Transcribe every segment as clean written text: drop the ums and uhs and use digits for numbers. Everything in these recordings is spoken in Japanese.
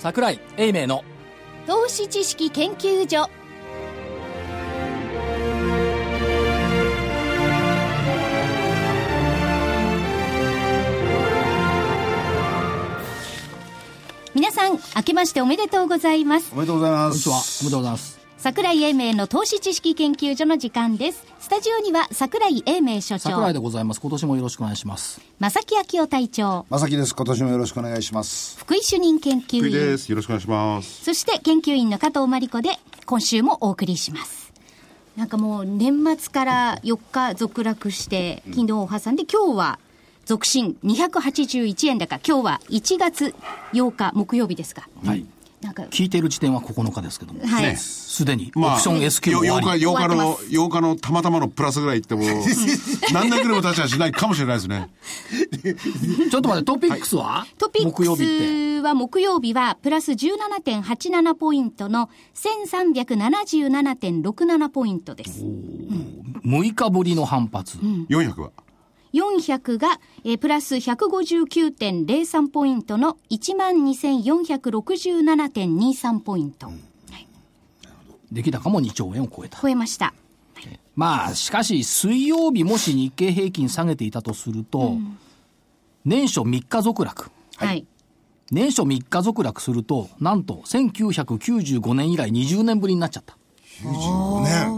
櫻井英明の投資知識研究所。皆さん明けましておめでとうございます。 おめでとうございます。 こんにちは。おめでとうございます。 櫻井英明の投資知識研究所の時間です。スタジオには櫻井英明所長、 櫻井でございます。今年もよろしくお願いします。 正木昭夫隊長、 正木です。今年もよろしくお願いします。 福井主任研究員福井です。よろしくお願いします。 そして研究員の加藤真理子で今週もお送りします。なんかもう年末から4日続落して昨日を挟んで今日は続伸281円高。今日は1月8日木曜日ですか。 はい。なんか聞いている時点は9日ですけども、 はい、 すでにオプション S q 終わり、 8日のたまたまのプラスぐらいいっても何年ぐらいも経ちはしないかもしれないですね。 ちょっと待って、トピックスは、はい、 トピックスは木曜日はプラス 17.87 ポイントの 1377.67 ポイントです。 6日ぶりの反発。 400は 400が、プラス 159.03 ポイントの 12,467.23 ポイント、はい、 出来高も2兆円を超えた。 超えました、はい、 まあしかし水曜日もし日経平均下げていたとすると、年初3日続落、 はい、 年初3日続落するとなんと1995年以来20年ぶりになっちゃった。 95年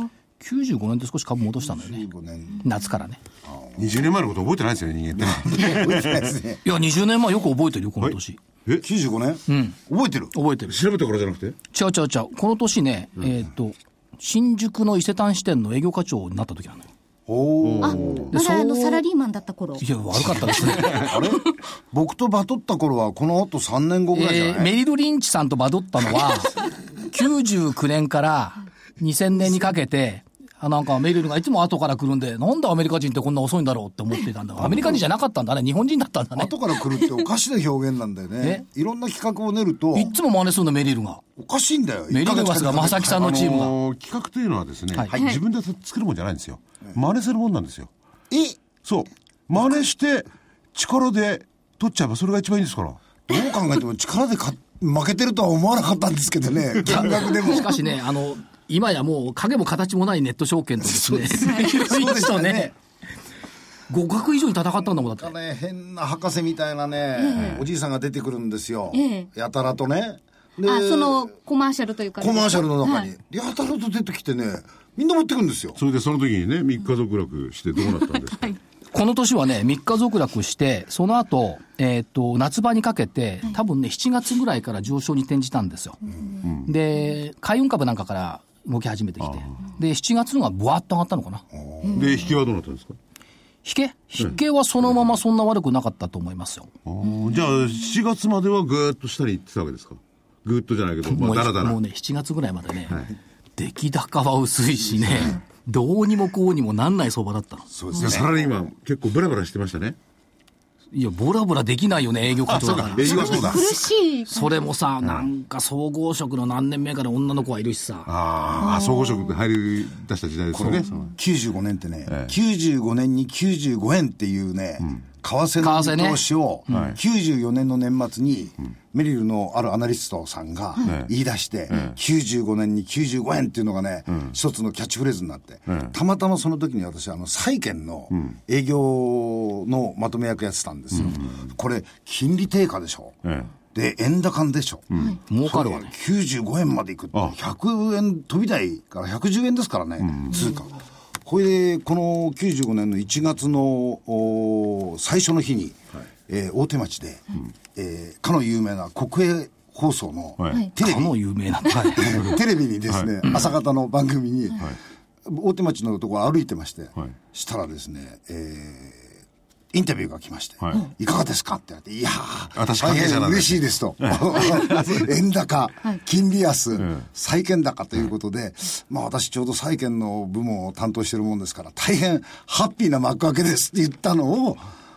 95年で少し株戻したんだよね。夏からね。 20年前のこと覚えてないですよね、人間って。 覚えてないですね。 いや、20年前よく覚えてるよ、この年。 95年、 うん。 覚えてる。 覚えてる。 調べたからじゃなくて？ 違う。この年ね、新宿の伊勢丹支店の営業課長になった時なのよ。 あ、まだサラリーマンだった頃。 いや、悪かったですね。 あれ僕とバトった頃はこの後3年後ぐらいじゃない？ メリル・リンチさんとバトったのは、99年から2000年にかけて、なんかメリルがいつも後から来るんで、なんでアメリカ人ってこんな遅いんだろうって思ってたんだが、アメリカ人じゃなかったんだね。日本人だったんだね。 後から来るっておかしな表現なんだよね。いろんな企画を練るといつも真似するのメリルが。 おかしいんだよ。 メリルが正木さんのチームが、 企画というのはですね、 はい、 自分で作るもんじゃないんですよ。真似するもんなんですよ。そう。真似して力で取っちゃえばそれが一番いいんですから。 どう考えても力で負けてるとは思わなかったんですけどね。金額でも。 しかしね、今やもう影も形もないネット証券とですね。 そうでしたね。 互角以上に戦ったんだもんだって。 変な博士みたいなね、おじいさんが出てくるんですよ。やたらとね。 で、そのコマーシャルというか、 コマーシャルの中に、やたらと出てきてね、みんな持ってくるんですよ。 それでその時にね、3日続落してどうなったんですか？ この年はね、3日続落して、その後、夏場にかけて、多分ね、7月ぐらいから上昇に転じたんですよ。で、海運株なんかから動き始めてきて、で、7月のがブワーッと上がったのかな。 で、引けはどうなったんですか？ 引けはそのままそんな悪くなかったと思いますよ。 じゃあ、7月まではぐーっと下に行ってたわけですか？ぐーっとじゃないけど、だらだら。 もうね、7月ぐらいまでね、出来高は薄いしね、どうにもこうにもなんない相場だったの。 そうですね。サラリーマン結構ブラブラしてましたね。 いや、ボラボラできないよね、営業課長だから。 営業はそうだ。 苦しい。 それもさ、なんか総合職の何年目かの女の子はいるしさ。 総合職って入り出した時代ですよね。 95年ってね、95年に95円っていうね、為替の見通しを、94年の年末に、メリルのあるアナリストさんが言い出して、95年に95円っていうのがね、一つのキャッチフレーズになって、たまたまその時に私、債券の営業のまとめ役やってたんですよ。これ、金利低下でしょ。で、円高でしょ。 儲かるわね。 95円までいくって、100円飛び台から110円ですからね、通貨。これで、この95年の1月の最初の日に、大手町で、かの有名な国営放送のテレビ、 かの有名なテレビにですね、朝方の番組に、大手町のところ歩いてまして、したらですね、インタビューが来まして、いかがですかって言われて、いやー、大変嬉しいですと。円高、金利安、債券高ということで、まあ私ちょうど債券の部門を担当しているもんですから、大変ハッピーな幕開けですって言ったのを、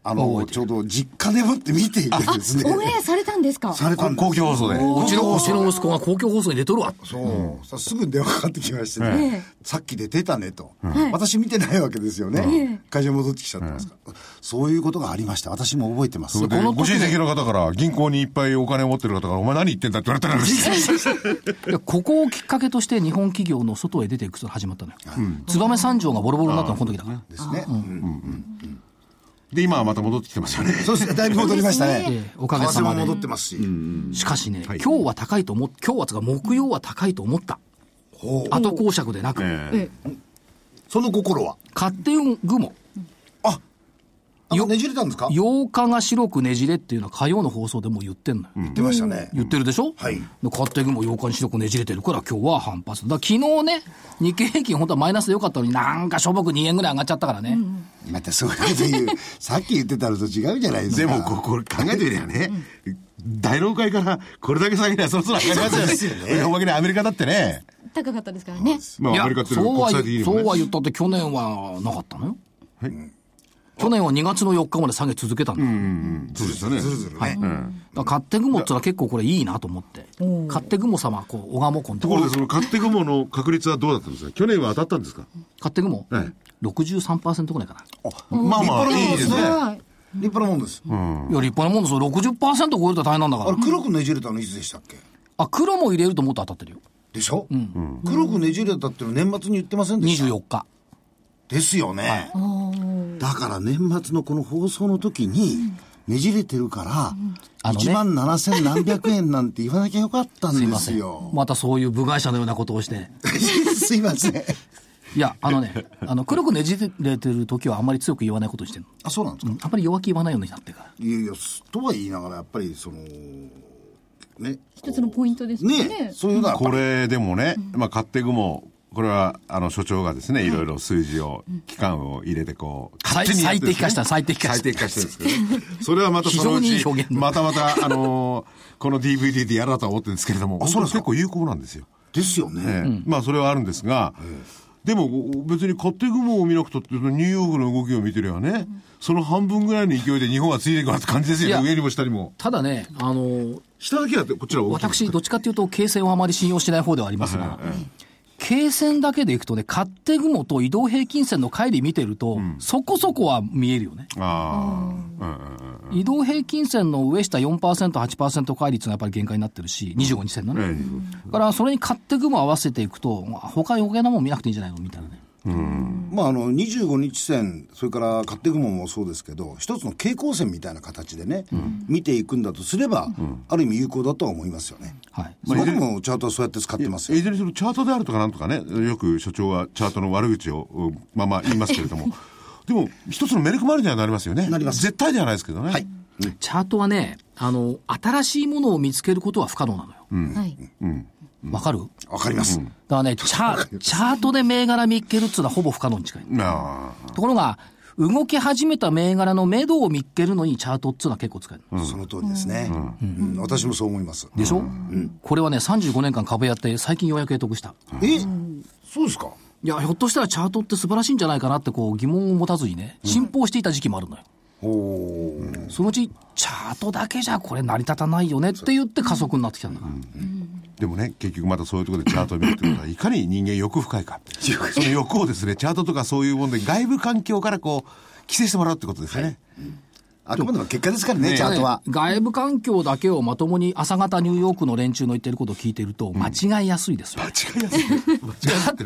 ちょうど実家でもって見ていてですね。 オンエアされたんですか？ されたんです。 公共放送で。 うちの息子が公共放送に出とるわ。 そう。すぐ電話かかってきましてね。さっき出てたねと。私見てないわけですよね。会社戻ってきちゃってますから。そういうことがありました。私も覚えてます。 ご親戚の方から銀行にいっぱいお金を持ってる方から、お前何言ってんだって言われたらここをきっかけとして日本企業の外へ出ていくと始まったのよ。燕三条がボロボロになったのこの時だから。 ですね。 で、今はまた戻ってきてますよね。 そうですね。だいぶ戻りましたね。 おかげさまで。 戻ってますし。 しかしね、今日は高いと思っ、今日はつか木曜は高いと思った。後講釈でなく。 その心は勝手雲。 ねじれたんですか 8日が白くねじれっていうのは火曜の放送でも言ってんのよ。 言ってましたね。 言ってるでしょ。 はい。 勝手雲8日に白くねじれてるから今日は反発。だから昨日ね、日経平均本当はマイナスでよかったのになんかしょぼく2円ぐらい上がっちゃったからね。 またそういうこと言う。さっき言ってたのと違うじゃないですか。 でもこれ考えてみればね、大納会からこれだけ下げりゃそろそろ上がりますよね。おまけにアメリカだってね。 高かったですからね。 まあアメリカって国際的にもね。 そうは言ったって去年はなかったのよ。はい。去年は2月の4日まで下げ続けたんだ。 そうですよね。 ずるずるね。 はい。だから勝手雲ってのは結構これいいなと思って。勝手雲様、こう、小鴨コンところでその勝手雲の確率はどうだったんですか？去年は当たったんですか？ 勝手雲、 はい、 63% ぐらいかな。 まあまあいいですね。 立派なもんです。 いや、立派なもんですよ。60% 超えると大変なんだから。 黒くねじれたのいつでしたっけ？ 黒も入れるともっと当たってるよ。 でしょ？黒くねじれたって年末に言ってませんでした？24 日。 ですよね。だから年末のこの放送の時にねじれてるから、1万7000何百円なんて言わなきゃよかったんですよ。 またそういう部外者のようなことをして。 すいません。 いや、黒くねじれてる時はあんまり強く言わないことにしてるの。 あ、そうなんですか？ あんまり弱気言わないようになってから。 いやいや、とは言いながらやっぱりね。 一つのポイントですね。 ね、そういうのは。 これでもね、まあ勝手雲、これは所長がですね、いろいろ数字を、期間を入れてこう、 勝手に最適化した最適化してるんですけどね。それはまたそのうち、またこの DVD でやろうと思ってるんですけれども、結構有効なんですよ。 ですよね。 まあそれはあるんですが、でも別に勝手雲を見なくたってニューヨークの動きを見てればね、その半分ぐらいの勢いで日本はついていくわって感じですよね。上にも下にも。 ただね、 下だけはこちらは大きい。 私どっちかというと経線をあまり信用してない方ではありますが、経線だけでいくとね、勝手雲と移動平均線の乖離見てると、そこそこは見えるよね。移動平均線の上下 4%、8% 乖離がやっぱり限界になってるし、25日線のね。だからそれに勝手雲合わせていくと、他に余計なもん見なくていいんじゃないのみたいなね。 まあ25日線、それから勝手雲もそうですけど、一つの傾向線みたいな形でね、見ていくんだとすれば、ある意味有効だとは思いますよね。はい。僕もチャートはそうやって使ってますよ。 いずれにするチャートであるとかなんとかね、よく所長はチャートの悪口をまあまあ言いますけれども、でも一つのメリットマーにはなりますよね。なります。絶対ではないですけどね。はい。 チャートはね、新しいものを見つけることは不可能なのよ。はい。わかる？ わかります。 だからね、チャートで銘柄見っけるっていうのはほぼ不可能に近い。ところが、動き始めた銘柄の目処を見っけるのにチャートっていうのは結構使える。 その通りですね。私もそう思います。 でしょ？これはね、35年間株やって最近ようやく得得した。 そうですか？ いや、ひょっとしたらチャートって素晴らしいんじゃないかなってこう疑問を持たずにね、信奉していた時期もあるのよ。そのうち、チャートだけじゃこれ成り立たないよねって言って加速になってきたんだから。 でもね、結局またそういうところでチャートを見るってことは、いかに人間欲深いか。その欲をですね、チャートとかそういうもので外部環境からこう、規制してもらうってことですよね。 あくまでも結果ですからね、チャートは。 外部環境だけをまともに朝方ニューヨークの連中の言ってることを聞いてると、間違いやすいですよ。 間違いやすい。 だって、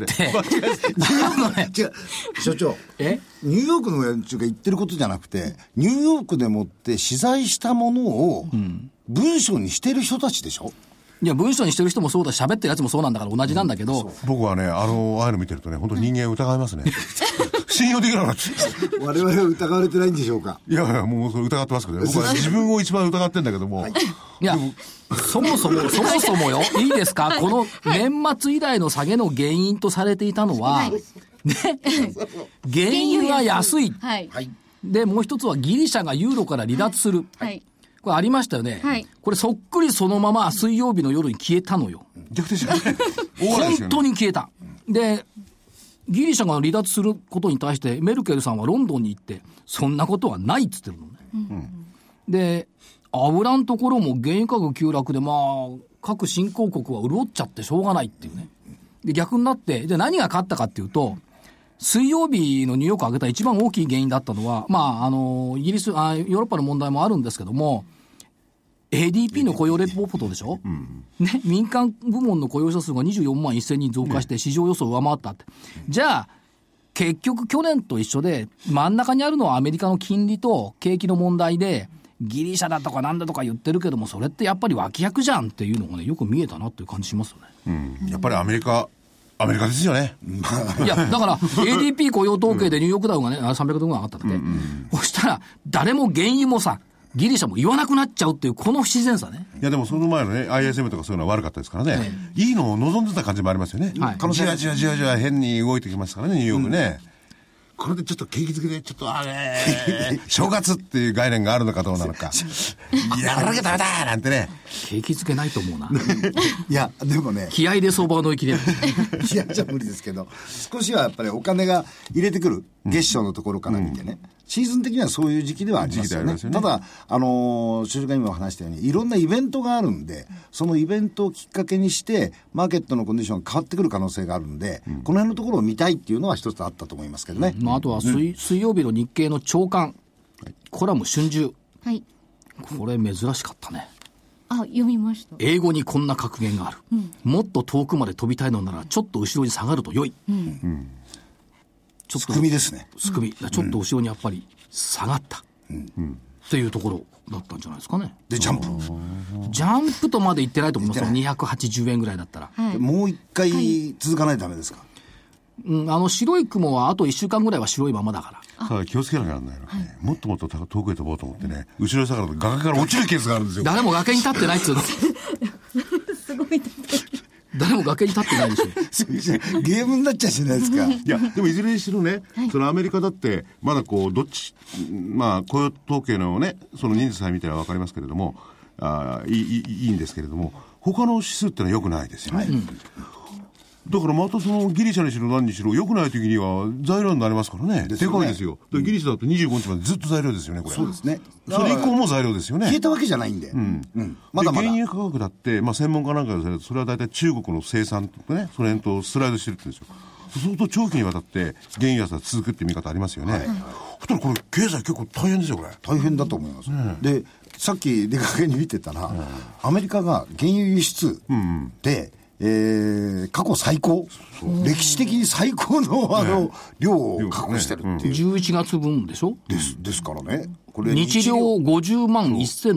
違う、所長。ニューヨークの連中が言ってることじゃなくて、ニューヨークでもって取材したものを文章にしてる人たちでしょ？ いや、文章にしてる人もそうだし、喋ってるやつもそうなんだから同じなんだけど。 僕はね、ああいうの見てるとね、本当に人間疑いますね。信用できなくなっちゃう。我々は疑われてないんでしょうか？ いやいや、もうそれ疑ってますけどね。僕は自分を一番疑ってんだけども。 いや、そもそもよ、いいですか？この年末以来の下げの原因とされていたのは、ね、原油が安い。はい。で、もう一つはギリシャがユーロから離脱する。はい。これありましたよね。はい。これそっくりそのまま水曜日の夜に消えたのよ。 逆転しました。 本当に消えた。で、 ギリシャが離脱することに対してメルケルさんはロンドンに行ってそんなことはないっつってるのね、で油のところも原油価格急落で各新興国は潤っちゃってしょうがないっていうね。で逆になってじゃあ何が勝ったかっていうと、水曜日のニューヨークを上げた一番大きい原因だったのはイギリスヨーロッパの問題もあるんですけども、ADP の雇用レポートでしょ、ね、民間部門の雇用者数が24万1000人増加して市場予想を上回ったって、じゃあ結局去年と一緒で真ん中にあるのはアメリカの金利と景気の問題で、ギリシャだとかなんだとか言ってるけども、それってやっぱり脇役じゃんっていうのがね、よく見えたなっていう感じしますよね、 やっぱりアメリカですよね。 いやだから ADP 雇用統計でニューヨークダウがね300ドルぐらい上がったんだって、そしたら誰も原油もさギリシャも言わなくなっちゃうっていうこの不自然さね。 いやでもその前のね ISM とかそういうのは悪かったですからね、いいのを望んでた感じもありますよね、じわ変に動いてきますからねニューヨークね、これでちょっと景気づけでちょっと正月っていう概念があるのかどうなのかやらなきゃダメだなんてね、 景気づけないと思うな。 いやでもね、 気合で相場を乗り切れる気合じゃ無理ですけど、少しはやっぱりお金が入れてくる月初のところから見てね、シーズン的にはそういう時期ではありますよね。ただ所長が今話したようにいろんなイベントがあるんで、そのイベントをきっかけにしてマーケットのコンディションが変わってくる可能性があるんで、この辺のところを見たいっていうのは一つあったと思いますけどね、 あとは水曜日の日経の朝刊、コラム春秋、これ珍しかったね。 読みました。 英語にこんな格言がある、もっと遠くまで飛びたいのならちょっと後ろに下がると良い、ちょっとすくみですね。 すくみ、ちょっと後ろにやっぱり下がった、っていうところだったんじゃないですかね。 でジャンプとまでいってないと思いますよ。280円ぐらいだったら、 もう一回続かないとダメですか。 白い雲はあと1週間ぐらいは白いままだから。 ただ気をつけなきゃならないのはね、もっともっと遠くへ飛ぼうと思ってね、後ろに下がると崖から落ちるケースがあるんですよ。 誰も崖に立ってないっつうのすごい誰も崖に立ってないでしょゲームになっちゃうじゃないですか。 いやでもいずれにしろね、そのアメリカだってまだこうどっち雇用統計のねその人数さえ見たら分かりますけれどもいいんですけれども、他の指数ってのは良くないですよね、だからまたそのギリシャにしろ何にしろ良くない時には材料になりますからね。でかいですよ。ギリシャだと25日までずっと材料ですよね、これ。 そうですね。 それ以降も材料ですよね。 消えたわけじゃないんで。まだまだ。 原油価格だって、専門家なんかがそれは大体中国の生産とかね、その辺とスライドしてるって言うんですよ。そうすると長期にわたって原油安が続くって見方ありますよね。そしたらこれ経済結構大変ですよ、これ。 大変だと思います。で、さっき出かけに見てたら、アメリカが原油輸出で、過去最高、歴史的に最高の量を確保してるっていう、 11月分でしょ。 ですからね、これ日量50万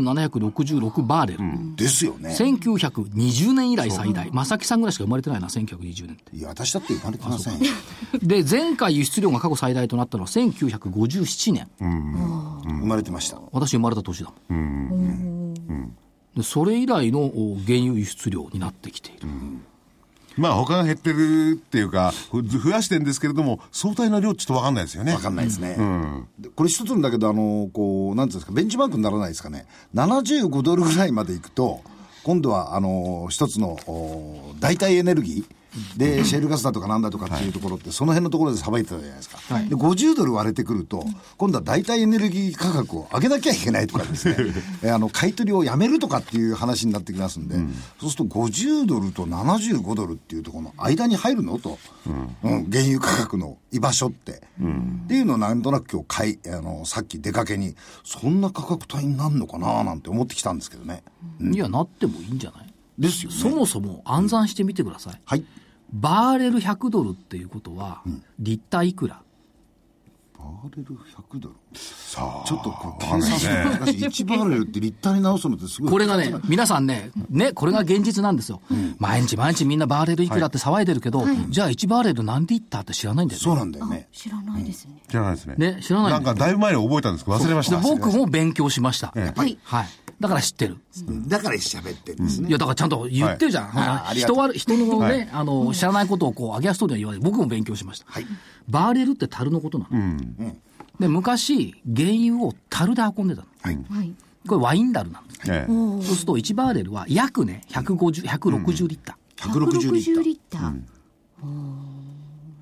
1766バーレル、 ですよね。 1920年以来最大。正木さんぐらいしか生まれてないな、1920年って。 いや私だって生まれてませんよで前回輸出量が過去最大となったのは1957年、 生まれてました。 私生まれた年だもん、でそれ以来の原油輸出量になってきている、 他が減ってるっていうか増やしてるんですけれども、相対の量ちょっと分かんないですよね。 分かんないですね、これ一つんだけどなんていうんですか、ベンチマークにならないですかね。75ドルぐらいまでいくと今度は一つの代替エネルギーでシェールガスだとかなんだとかっていうところって、その辺のところでさばいてたじゃないですか、で50ドル割れてくると今度は代替エネルギー価格を上げなきゃいけないとかですね買い取りをやめるとかっていう話になってきますんで、そうすると50ドルと75ドルっていうところの間に入るのと、原油価格の居場所って、っていうのをなんとなく今日さっき出かけにそんな価格帯になるのかななんて思ってきたんですけどね、 いやなってもいいんじゃないですよね。 そもそも暗算してみてください、バーレル100ドルっていうことは、リッターいくら？ バーレル100ドル。さあ、ちょっと計算するの難しい。1バーレルってリッターに直すのってすごい。 これがね、皆さんね、これが現実なんですよ。毎日みんなバーレルいくらって騒いでるけど、じゃあ1バーレル何リッターって知らないんだよね。 そうなんだよね。 知らないですね。 知らないですね。 知らない。 なんかだいぶ前に覚えたんですけど忘れました。 僕も勉強しました。はい。だから知ってる。 だから喋ってるんですね。 いや、だからちゃんと言ってるじゃん。人のね、知らないことをアゲアストーリーは言われて、僕も勉強しました。バーレルって樽のことなの。で、昔、原油を樽で運んでたの。これワインダルなんですね。そうすると1バーレルは約ね、160リッター。 160リッター。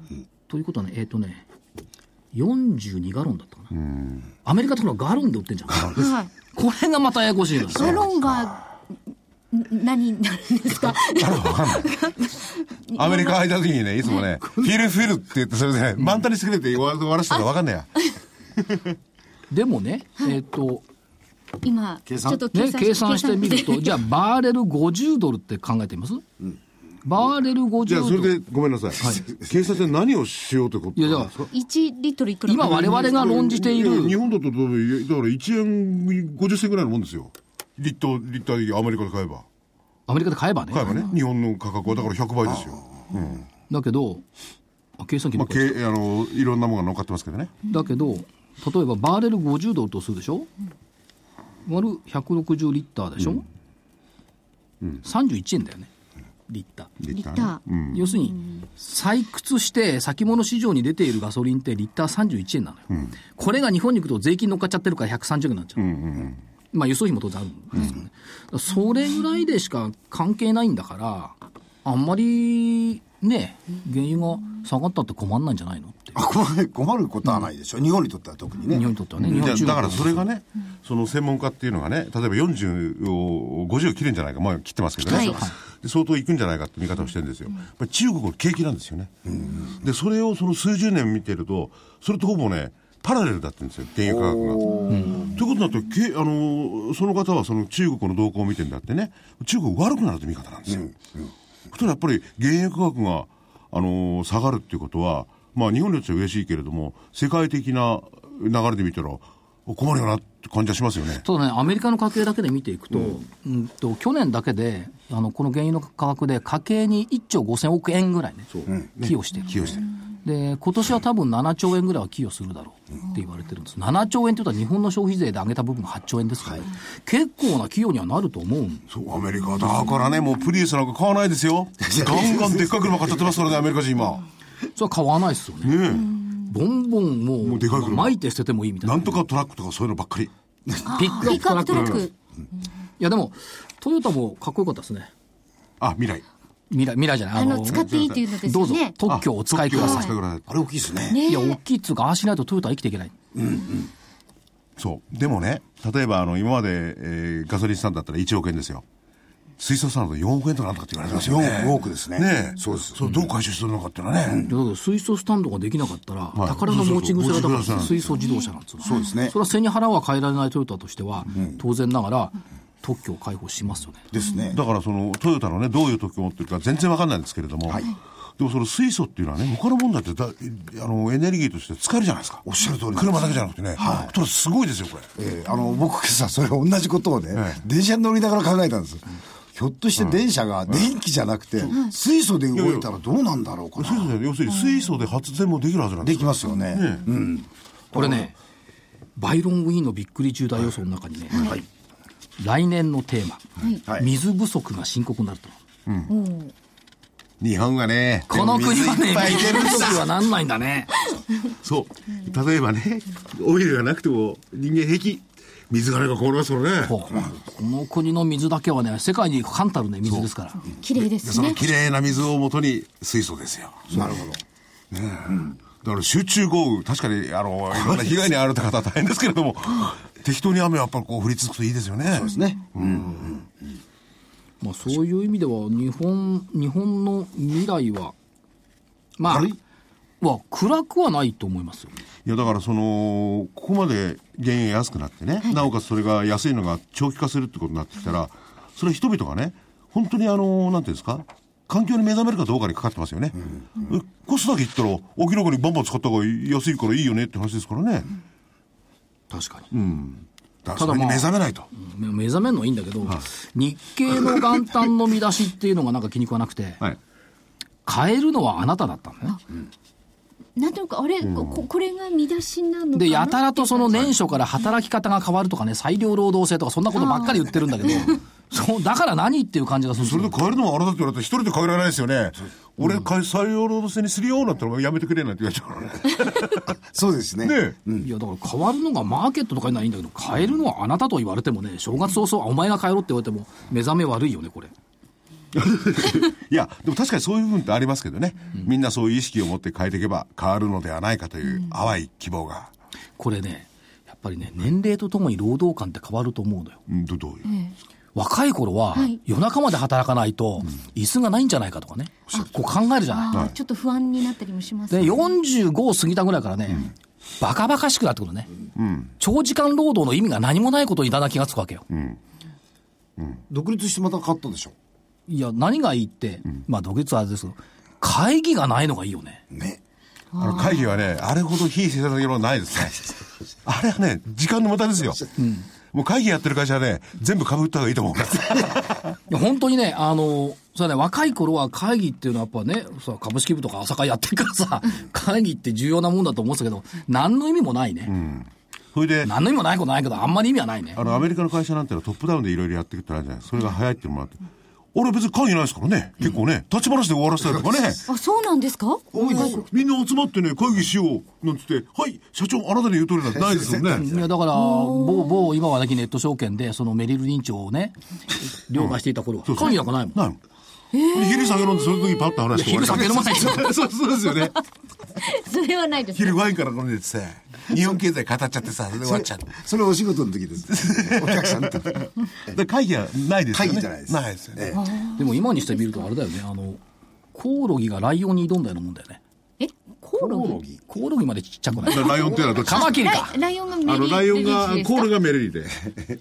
ということはね、42ガロンだったかな。アメリカとかガロンで売ってんじゃん。はい、これがまたややこしいの。 ガロンが何ですか？ アメリカ入った時にね、いつもね、フィルって言って、それでね、満タンにしてくれって終わらせたら分かんないや。 でもね、 今、ちょっと計算してみると、じゃあ、バーレル50ドルって考えてみます？バーレル50ドル。 じゃあ、それで、ごめんなさい。警察で何をしようということなんですか ？1リットルいくら？ 今、我々が論じている。 日本だと、だから1円50銭ぐらいのもんですよ。リッターアメリカで買えば。 アメリカで買えばね。 日本の価格はだから100倍ですよ。 だけど、計算機いろんなものが乗っかってますけどね。 だけど、例えばバーレル50ドルとするでしょ、割る160リッターでしょ、31円だよね、リッター。要するに、採掘して先物市場に出ているガソリンってリッター31円なのよ。これが日本に行くと税金乗っかっちゃってるから130円になっちゃう。まあ輸送費も当然あるんですよね。それぐらいでしか関係ないんだから、あんまりね、原油が下がったって困んないんじゃないのって。 困ることはないでしょ、日本にとっては特にね。 日本にとってはね。 だからそれがね、その専門家っていうのがね、例えば40を50を切るんじゃないか、まあ切ってますけどね、で相当いくんじゃないかって見方をしてるんですよ。やっぱり中国の景気なんですよね。でそれをその数十年見てると、それとほぼねパラレルだったんですよ、原油価格が。ということになると、その方はその中国の動向を見てるんだってね、中国悪くなるという見方なんですよ。それはやっぱり原油価格が、下がるっていうことは、まあ日本にとっては嬉しいけれども、世界的な流れで見たら困るよなって感じはしますよね。 ただね、アメリカの家計だけで見ていくと、去年だけでこの原油の価格で家計に1兆5000億円ぐらいね、寄与してる。で今年は多分7兆円ぐらいは寄与するだろうって言われてるんです。7兆円って言ったら日本の消費税で上げた部分が8兆円ですから、結構な寄与にはなると思う。 そう、アメリカだからね、もうプリウスなんか買わないですよ。ガンガンでっかい車買っちゃってますからね、アメリカ人今。 それは買わないですよね。ボンボンもうでかい車巻いて捨ててもいいみたいな。 なんとかトラックとかそういうのばっかり。 ピックアップトラック。いやでもトヨタもかっこよかったですね。未来じゃない。 使っていいというのですよね。 どうぞ特許をお使いください。 あれ大きいですね。 いや大きいっつうか、ああしないとトヨタは生きていけない。 そうでもね、例えば今まで、ガソリンスタンドだったら1億円ですよ。水素スタンド4億円とかなんとかって言われてますよね。 4億ですね。 ねえ、そうです。それどう回収するのかっていうのはね。 だから水素スタンドができなかったら、宝の持ち腐れだから水素自動車なんですよ。 そうですね。 それは背に腹は変えられないトヨタとしては、当然ながら特許を開放しますよね。 ですね。 だからそのトヨタのね、どういう特許を持ってるか全然わかんないんですけれども、でもその水素っていうのはね、他のもんだってエネルギーとして使えるじゃないですか。 おっしゃる通り。 車だけじゃなくてね。これすごいですよ、これ。 僕今朝それ同じことをね、電車に乗りながら考えたんです。ひょっとして電車が電気じゃなくて、水素で動いたらどうなんだろうかな。 水素で、要するに水素で発電もできるはずなんですよ。 できますよね。 これね、バイロン・ウィーンのびっくり重大予想の中にね、来年のテーマ、水不足が深刻になると。 日本はね、 この国はね、水不足はなんないんだね。 そう。例えばね、オイルがなくても人間平気。水があれば困りますよね。 この国の水だけはね、世界に冠たるね、水ですから。 綺麗ですね。 その綺麗な水をもとに水素ですよ。 なるほど。 だから集中豪雨、確かにいろんな被害に遭われた方は大変ですけれども、適当に雨はやっぱりこう降り続くといいですよね。 そうですね。 まあそういう意味では日本の未来はまあ暗くはないと思いますよ。 いやだからここまで原油安くなってね、なおかつそれが安いのが長期化するってことになってきたら、それは人々がね、本当になんていうんですか、環境に目覚めるかどうかにかかってますよね。コストだけ言ったら明らかにバンバン使った方が安いからいいよねって話ですからね。 確かに。 だからそれに目覚めないと。 目覚めるのはいいんだけど、日経の元旦の見出しっていうのがなんか気に食わなくて、変えるのはあなただったんだね。 なんというか、あれ、これが見出しなのかな。 で、やたらとその年初から働き方が変わるとかね、裁量労働制とかそんなことばっかり言ってるんだけど、だから何っていう感じがする。 それで変えるのはあれだって言われたら一人で変えられないですよね。俺、裁量労働制にするようなったらやめてくれなんて言われちゃうからね。 そうですね。 いや、だから変わるのがマーケットとかにはいいんだけど、変えるのはあなたと言われてもね、正月早々、お前が変えろって言われても、目覚め悪いよね、これ。 いや、でも確かにそういう部分ってありますけどね。みんなそういう意識を持って変えていけば変わるのではないかという淡い希望が。 これね、やっぱりね、年齢とともに労働観って変わると思うのよ。 どういう、 若い頃は、夜中まで働かないと、椅子がないんじゃないかとかね。こう考えるじゃない。 ちょっと不安になったりもしますね。 で、45を過ぎたぐらいからね、バカバカしくなってくるね。長時間労働の意味が何もないことにだんだん気がつくわけよ。 独立してまた変わったでしょ。 いや、何がいいって、まあ独立はあれですけど、会議がないのがいいよね。 ね。 会議はね、あれほど非生産的なものはないですね。あれはね、時間の無駄ですよ。もう会議やってる会社はね、全部株売った方がいいと思う。いや本当にね、それね、若い頃は会議っていうのはやっぱね、株式部とか朝会やってるからさ、会議って重要なもんだと思ってたけど、何の意味もないね。 それで、 何の意味もないことないけど、あんまり意味はないね。 アメリカの会社なんてのはトップダウンでいろいろやっていくってあるじゃないですか。それが早いっていうのもあって。俺別に会議ないですからね。結構ね、立ち話で終わらせたりとかね。 あ、そうなんですか？ みんな集まってね、会議しようなんつって、はい、社長、あなたに言う通りなんてないですよね。 いや、だから、某今はなきネット証券で、そのメリルリンチをね、了解していた頃は、会議なんかないもん。 ないもん。昼酒飲んで、その時パッと話して昼酒飲まないでしょ。 そうですよね。 それはないです。 昼ワインから飲んでてさ、日本経済語っちゃってさ、それで終わっちゃう。 それお仕事の時です。お客さんの時。 会議はないですよね。 会議じゃないです。 ないですよね。 でも今にしてみるとあれだよね、コオロギがライオンに挑んだようなもんだよね。 コオロギ？ コオロギまでちっちゃくない。 ライオンっていうのはどっち？ カマキリか。 ライオンがメリーライオンが、コールがメリーで。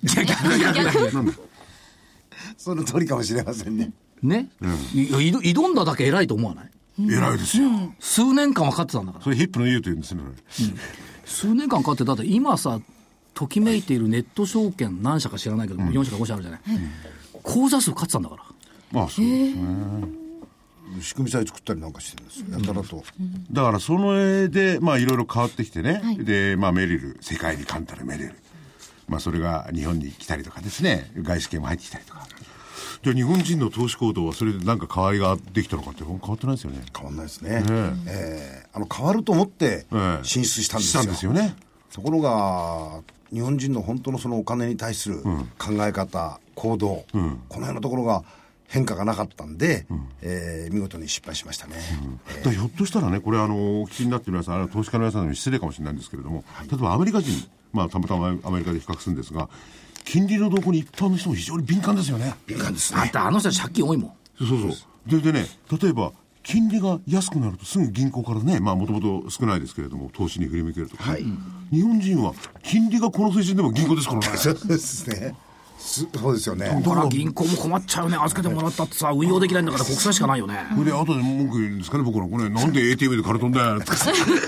その通りかもしれませんね。 ね、挑んだだけ偉いと思わない？ 偉いですよ。 数年間分かってたんだから。 それヒップの言うと言うんですね。 数年間かかって、だって今さ、ときめいているネット証券何社か知らないけど、4社か5社あるじゃない。口座数勝ってたんだから。 まあそうですね。 仕組みさえ作ったりなんかしてるんですよ。やたらと。 だからその絵で、まあいろいろ変わってきてね。で、まあメリル、世界に冠たるメリル。まあそれが日本に来たりとかですね、外資系も入ってきたりとか。じゃあ日本人の投資行動はそれでなんか変わりができたのかって変わってないですよね。 変わんないですね。変わると思って進出したんですよ。 したんですよね。 ところが日本人の本当のそのお金に対する考え方、行動、この辺のところが変化がなかったんで、見事に失敗しましたね。 だひょっとしたらね、これお聞きになっている皆さん、投資家の皆さんに失礼かもしれないんですけれども、例えばアメリカ人、まあたまたまアメリカで比較するんですが、金利の動向に一般の人も非常に敏感ですよね。 敏感ですね。 だってあの人は借金多いもん。 そうでね、例えば金利が安くなるとすぐ銀行からね、まあもともと少ないですけれども投資に振り向けるとか、日本人は金利がこの水準でも銀行ですからね。 そうですね。そうですよね。 だから銀行も困っちゃうね。預けてもらったってさ、運用できないんだから国債しかないよね。 それで後で文句言うんですかね、僕らこれなんで ATM で借りとんだよって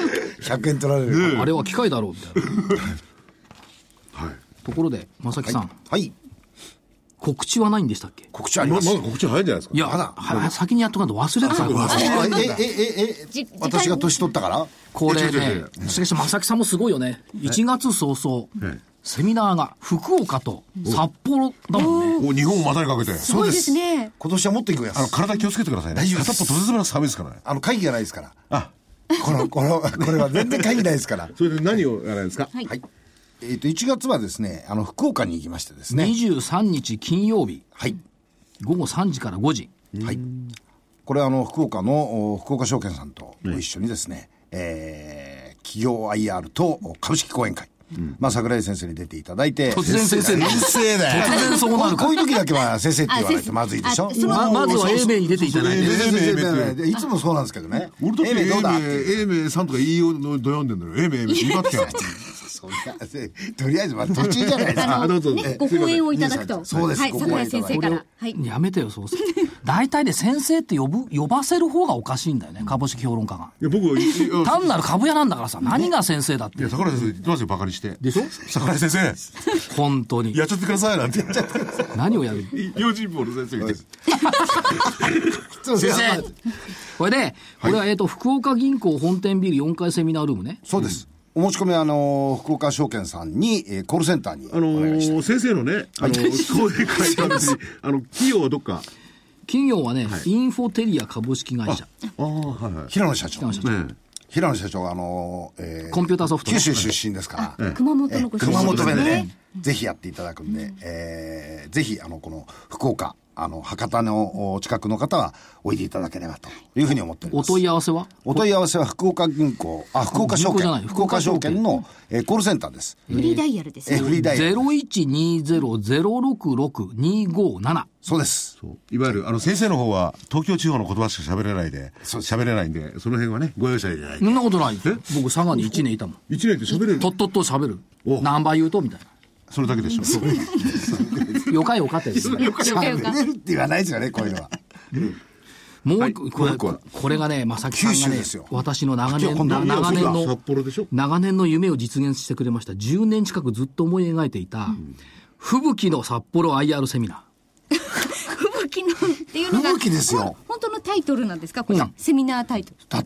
100円取られる、 あれは機械だろうみたいな。ところで正木さん、告知はないんでしたっけ？ 告知あります。 まだ告知早いんじゃないですか。 いや、先にやっとかんと忘れるから。 私が年取ったから。 これね、しかし正木さんもすごいよね。1月早々、セミナーが福岡と札幌だもんね。 日本を股にかけて。 そうですね。 今年はもっと行くやつ。 体気をつけてくださいね。片っぽとてつもなく寒いですからね。 会議がないですから。これは全然会議ないですから。 それで何をやるんですか？ はい。1月はですね、福岡に行きましてですね。 23日金曜日。 はい。 午後3時から5時。 はい。これ福岡の福岡証券さんとご一緒にですね、企業 IR と株式講演会。桜井先生に出ていただいて。 突然先生だよ。突然そうなるか。 こういう時だけは先生って言わないとまずいでしょ。 まずは英明に出ていただいて。 いつもそうなんですけどね。 俺だって英明さんとか言いようのど読んでんだよ。英明言い張ってやる。 とりあえず途中じゃないですか。 ご講演をいただくと。 そうです。 桜井先生から。 やめてよ、そうする。大体ね、先生って呼ばせる方がおかしいんだよね、株式評論家が。単なる株屋なんだからさ、何が先生だって。 いや、桜井先生言ってますよ、バカにして。 でしょ？ 桜井先生。 本当に。 やっちゃってくださいなんて言っちゃってください。 何をやる？ 用心棒の先生みたい先生。これで、これは福岡銀行本店ビル4階セミナールームね。 そうです。お申し込みは福岡証券さんに、コールセンターにお願いして。 先生のね、講演会なんです企業はどっか？ 企業はね、インフォテリア株式会社。 平野社長。平野社長はコンピューターソフト。 九州出身ですから。 熊本のご出身。 熊本弁でね、ぜひやっていただくんで、ぜひこの福岡、 博多の近くの方はおいでいただければというふうに思っております。 お問い合わせは？ お問い合わせは福岡銀行、福岡証券、福岡証券の、コールセンターです。 フリーダイヤルですね。 フリーダイヤル。 0120-066-257。 そうです。 いわゆる、先生の方は、東京地方の言葉しか喋れないで、喋れないんで、その辺はね、ご容赦いただいて。 そんなことない。僕、佐賀に1年いたもん。 1年って喋れる？ とっ喋る。何倍言うとみたいな。 それだけでしょ。 よかよかってですね。 喋れるって言わないですよね、こういうのは。 もうこれがね、正木さんがね、私の長年の夢を実現してくれました。10年近くずっと思い描いていた、吹雪の札幌 IR セミナー。吹雪のっていうのが、 吹雪ですよ。 本当のタイトルなんですか、これ、セミナータイトル。 だって、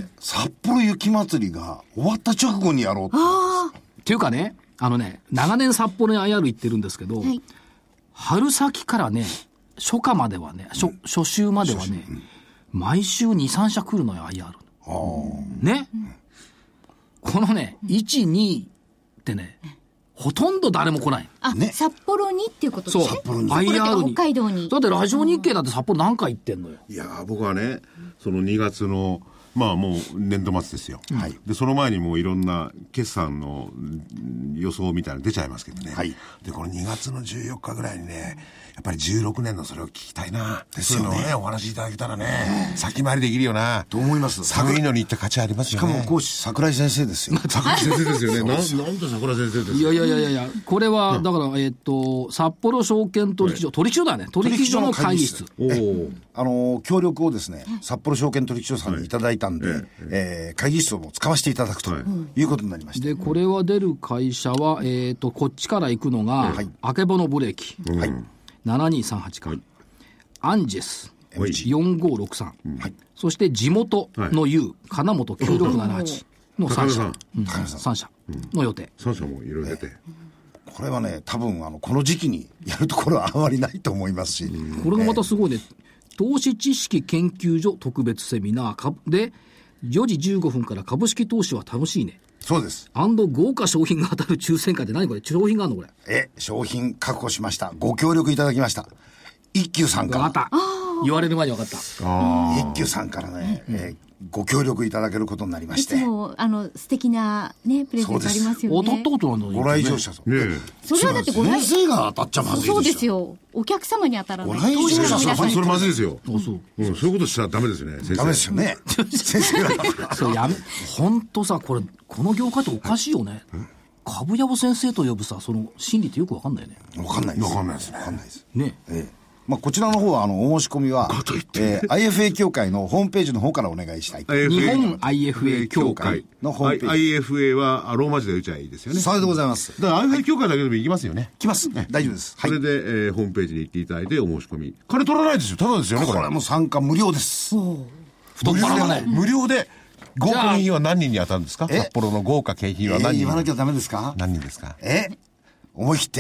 札幌雪まつりが終わった直後にやろうって。 っていうかね、長年札幌に IR 行ってるんですけど、春先からね、初夏まではね、初秋まではね、毎週2、3社来るのよ、IR。ね。このね、1、2ってね、ほとんど誰も来ない。 札幌にっていうことですね。 そう、 札幌に。IR に。北海道に。 だってラジオ日経だって札幌何回行ってんのよ。 いや僕はね、その2月の、もう年度末ですよ。で、その前にもういろんな決算の予想みたいなの出ちゃいますけどね。で、この2月の14日ぐらいにね、やっぱり16年のそれを聞きたいな。そういうのをね、お話しいただけたらね、先回りできるよな。 と思います。 寒いのに行った価値ありますよね。 しかも講師、桜井先生ですよ。 桜井先生ですよね。なんで桜井先生ですか？ いや、これは、だから、札幌証券取引所、取引所だね。取引所の会議室。 協力をですね、札幌証券取引所さんにいただいたんで、会議室をも使わせていただくということになりました。 で、これは出る会社は、こっちから行くのが、あけぼのブレーキ。7238か。アンジェス。4563。そして地元の U、金本9678の3社。3社の予定。 3社もいろいろ出て。 これはね、多分この時期にやるところはあまりないと思いますし。 これがまたすごいね。投資知識研究所特別セミナーで、4時15分から株式投資は楽しいね。 そうです。 豪華商品が当たる抽選会って何これ？商品があるのこれ？ 商品確保しました。ご協力いただきました。一休さんから。 分かった。言われる前に分かった。 一休さんからね、ご協力いただけることになりまして。 いつも、素敵なね、プレゼントありますよね。 当たったことなんだよ。 ご来場者さん。 それはだってご来先生が当たっちゃまずいでしょ。 そうですよ。お客様に当たらない。 ご来場者さん。 それまずいですよ。 そういうことしたらダメですね、先生。 ダメですよね。先生が。 そう、本当さ、この業界っておかしいよね。株屋を先生と呼ぶさ、その心理ってよくわかんないね。 わかんないです。 わかんないですね。 わかんないです。 ね。 こちらの方は、お申し込みは、IFA 協会のホームページの方からお願いしたい。 日本 IFA 協会のホームページ。 IFA はローマ字で打ちゃいいですよね。 そうでございます。 だから IFA 協会だけでも行きますよね。 来ます。大丈夫です。 それで、ホームページに行っていただいてお申し込み。金取らないですよ。ただですよね、これ。 これはもう参加無料です。 太っ腹だね。 無料で、豪華景品は何人に当たるんですか？札幌の豪華景品は何人？ 言わなきゃダメですか？ 何人ですか？ 思い切って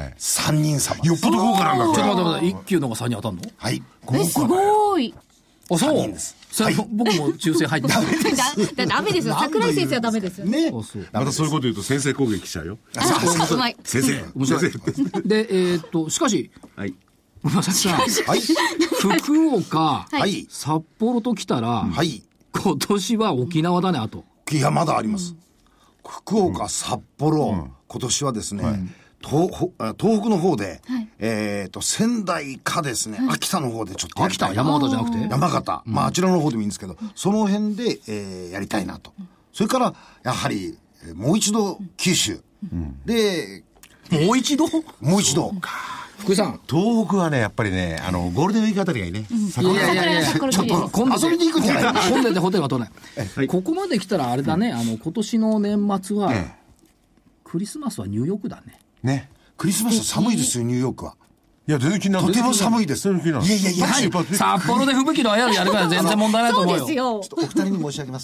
、3人様。 よっぽど豪華なんだ、これ。 ちょっと待って、一級のが3人当たるの？ はい。 すごい。 あ、そう。 3人です。 僕も抽選入ってダメですよ。桜井先生はダメですよね。 またそういうこと言うと先生攻撃しちゃうよ。 うまい。 先生。 面白い。で、しかし、正木さん、福岡、札幌と来たら、今年は沖縄だね、あと。 いや、まだあります。福岡、札幌、今年はですね、東北の方で、仙台かですね、秋田の方でちょっとやりたい。 秋田、山形じゃなくて？ 山形。あちらの方でもいいんですけど、その辺で、やりたいなと。それから、やはり、もう一度、九州。で、 もう一度。福井さん。 東北はね、やっぱりね、ゴールデンウィークあたりがいいね。 いや、ちょっと、 遊びに行くんじゃない？ 混んでてホテルが取れない。ここまで来たらあれだね、今年の年末は、クリスマスはニューヨークだね。 ね。クリスマスは寒いですよ、ニューヨークは。 いや、全然気になる。 とても寒いです。 いやいや、 札幌で吹雪の IR やるから全然問題ないと思うよ。 そうですよ。 ちょっとお二人に申し上げます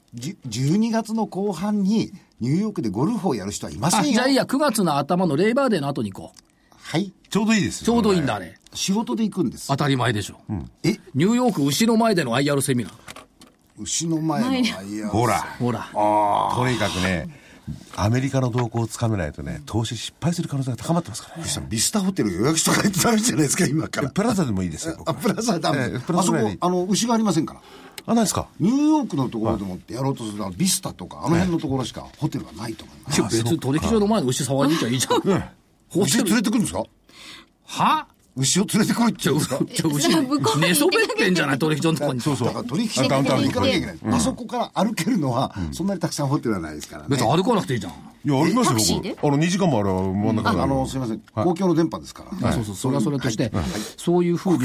。12月の後半にニューヨークでゴルフをやる人はいませんよ。 じゃあいいや、9月の頭のレイバーデーの後に行こう。 はい。 ちょうどいいですよ。 ちょうどいいんだね。 仕事で行くんです。 当たり前でしょ。 ニューヨーク牛の前での IR セミナー。 牛の前の IR。 ほら。 ほら。 とにかくね、 アメリカの動向をつかめないとね、投資失敗する可能性が高まってますからね。 ビスタホテル予約しとかないとダメじゃないですか、今から。 プラザでもいいですよ。 プラザダメ。 プラザあそこ、牛がありませんから。 あ、何ですか。 ニューヨークのところでもってやろうとすると、ビスタとか、あの辺のところしかホテルがないと思います。 別に取引所の前の牛触りに行っちゃいいじゃん。 牛連れてくるんですか？ は？ 牛を連れてこいって言うんですか？ 牛寝そべってんじゃない、取引所のとこに。 そうそう。だから取引所のとこに行かなきゃいけない。あそこから歩けるのは、そんなにたくさんホテルはないですからね。 別に歩かなくていいじゃん。 いや、歩きますよ、僕。2時間もあれば真ん中で。 すいません。公共の電波ですから。 そうそう、それはそれとして、そういうふうに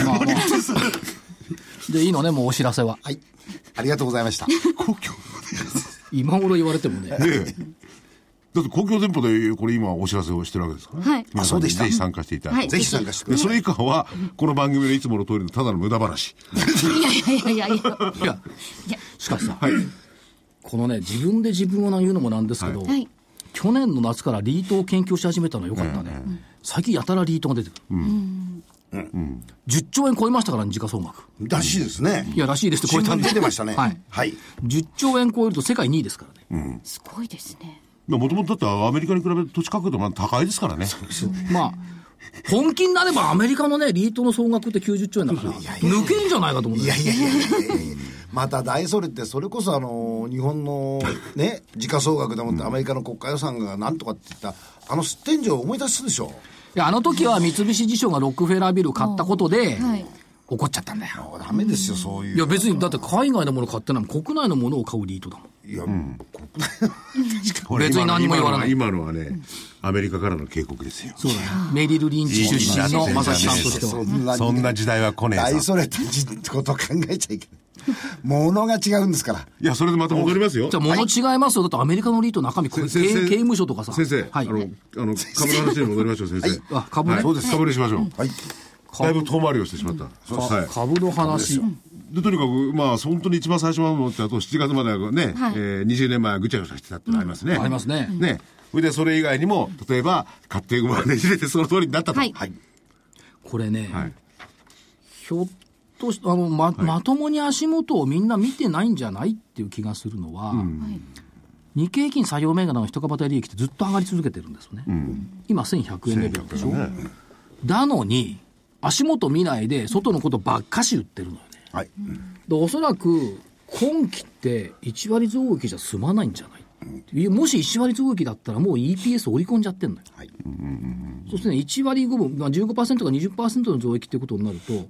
で、いいのね、もうお知らせは。 はい。ありがとうございました。 公共今頃言われてもね。 だって公共電波でこれ今お知らせをしてるわけですからね。 はい。 そうでした。 ぜひ参加していただいて。 ぜひ参加してください。 それ以下は、この番組のいつもの通りのただの無駄話。 いや、しかしさ、このね、自分で自分を言うのもなんですけど、去年の夏からリートを研究し始めたのはよかったね。最近やたらリートが出てくる。10兆円超えましたからね、時価総額。 らしいですね。 いや、らしいですって超えたんで。 出てましたね。 はい。10兆円超えると世界2位ですからね。 すごいですね。 もともとだってアメリカに比べて土地価格が高いですからね。 まあ、本気になればアメリカのね、リートの総額って90兆円だから、抜けんじゃないかと思うんだよ。 いや。また大それってそれこそ日本のね、時価総額でもってアメリカの国家予算がなんとかって言ったス天井を思い出すでしょ。 いや、あの時は三菱地所がロックフェラービル買ったことで、怒っちゃったんだよ。 ダメですよ、そういう。 いや、別に、だって海外のもの買ってないもん、国内のものを買うリートだもん。 いや、 別に何も言わない。 今のはね、アメリカからの警告ですよ。 そうだね。メリル・リンチ出身のまさきさんとしては。 そんな時代は来ねえぞ。 大それたことを考えちゃいけない。ものが違うんですから。 いや、それでまた戻りますよ。 じゃあ、もの違いますよ。だってアメリカのリート中身、刑務所とかさ。 先生、株の話に戻りましょう、先生。 株ね。 そうです。株にしましょう。 はい。 だいぶ遠回りをしてしまった。 株の話。 で、とにかく、まあ、本当に一番最初まで思ったと、7月まではね、20年前はぐちゃぐちゃしてたってのありますね。 ありますね。 ね。それで、それ以外にも、例えば、勝手馬で入れてその通りになったと。 これね、ひょっとして、まともに足元をみんな見てないんじゃないっていう気がするのは、日経平均採用銘柄の一株当たり利益ってずっと上がり続けてるんですよね。今1100円レベルでしょ。だのに、足元見ないで外のことばっかし言ってるのよね。でおそらく今期って1割増益じゃ済まないんじゃない、もし1割増益だったらもう EPS 織り込んじゃってんのよ。そしてね、1割5分、15% か 20% の増益っていうことになると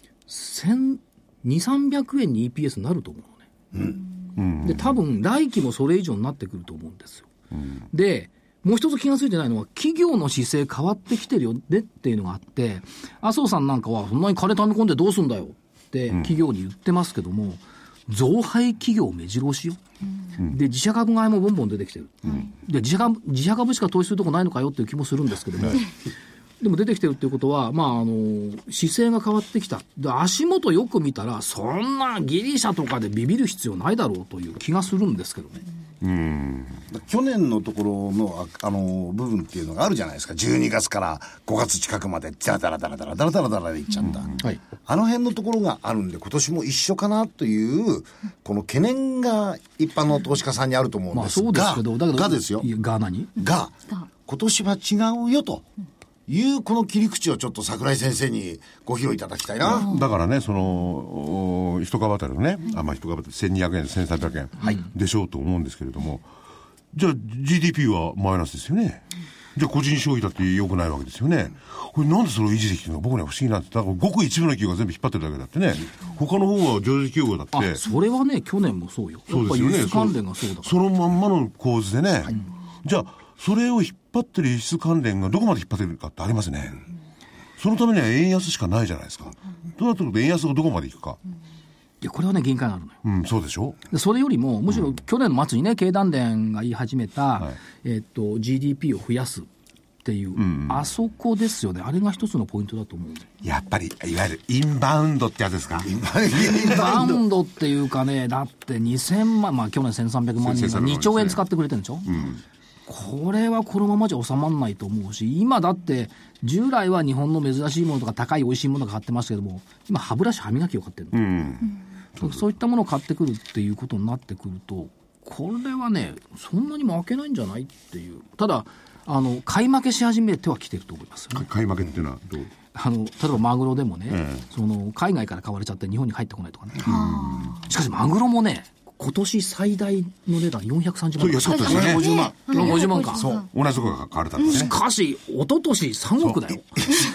1200、300円に EPS になると思うのね。で多分来期もそれ以上になってくると思うんですよ。でもう一つ気がついてないのは、企業の姿勢変わってきてるよねっていうのがあって、麻生さんなんかは、そんなに金溜め込んでどうすんだよって企業に言ってますけども、増配企業目白押しよ。で、自社株買いもボンボン出てきてる。で、自社株しか投資するとこないのかよっていう気もするんですけども、でも出てきてるっていうことは、姿勢が変わってきた。で、足元よく見たら、そんなギリシャとかでビビる必要ないだろうという気がするんですけどね。 去年のところの部分っていうのがあるじゃないですか。12月から5月近くまでダラダラでいっちゃった、あの辺のところがあるんで、今年も一緒かなというこの懸念が一般の投資家さんにあると思うんですが、 そうですけど、だけどがですよ、 が何が今年は違うよというこの切り口をちょっと櫻井先生にご披露いただきたいな。 だからね、その一株当たりのね、一株当たり1200円1300円でしょうと思うんですけれども、じゃあ GDP はマイナスですよね。じゃあ個人消費だって良くないわけですよね。これなんでそれを維持できるのか僕には不思議なんです。だからごく一部の企業が全部引っ張ってるだけだってね、他の方は上場企業だって。 それはね、去年もそうよ。 そうですよね。 やっぱ輸出関連がそうだから。 そのまんまの構図でね、じゃあそれを引っ張ってる輸出関連がどこまで引っ張ってるかってありますね。そのためには円安しかないじゃないですか。どうなってくると円安がどこまでいくか。 いや、これはね、限界があるのよ。 そうでしょ。 それよりも、むしろ去年の末にね、経団連が言い始めた、GDP を増やすっていう、あそこですよね。あれが一つのポイントだと思う。 やっぱり、いわゆるインバウンドってやつですか。 インバウンドっていうかね、だって2000万、去年1300万人が2兆円使ってくれてるんでしょ。これはこのままじゃ収まらないと思うし、今だって従来は日本の珍しいものとか高い美味しいものが買ってますけども、今歯ブラシ歯磨きを買ってるの、そういったものを買ってくるっていうことになってくると、ここれはね、そんなに負けないんじゃないっていう。ただ、買い負けし始めてはきてると思いますよね。 買い負けっていうのはどう？ 例えばマグロでもね、海外から買われちゃって日本に入ってこないとかね。しかしマグロもね、今年最大の値段430万。 そうですね。 50万。 50万か。 そう。同じところが買われたんですね。 しかし、一昨年3億だよ。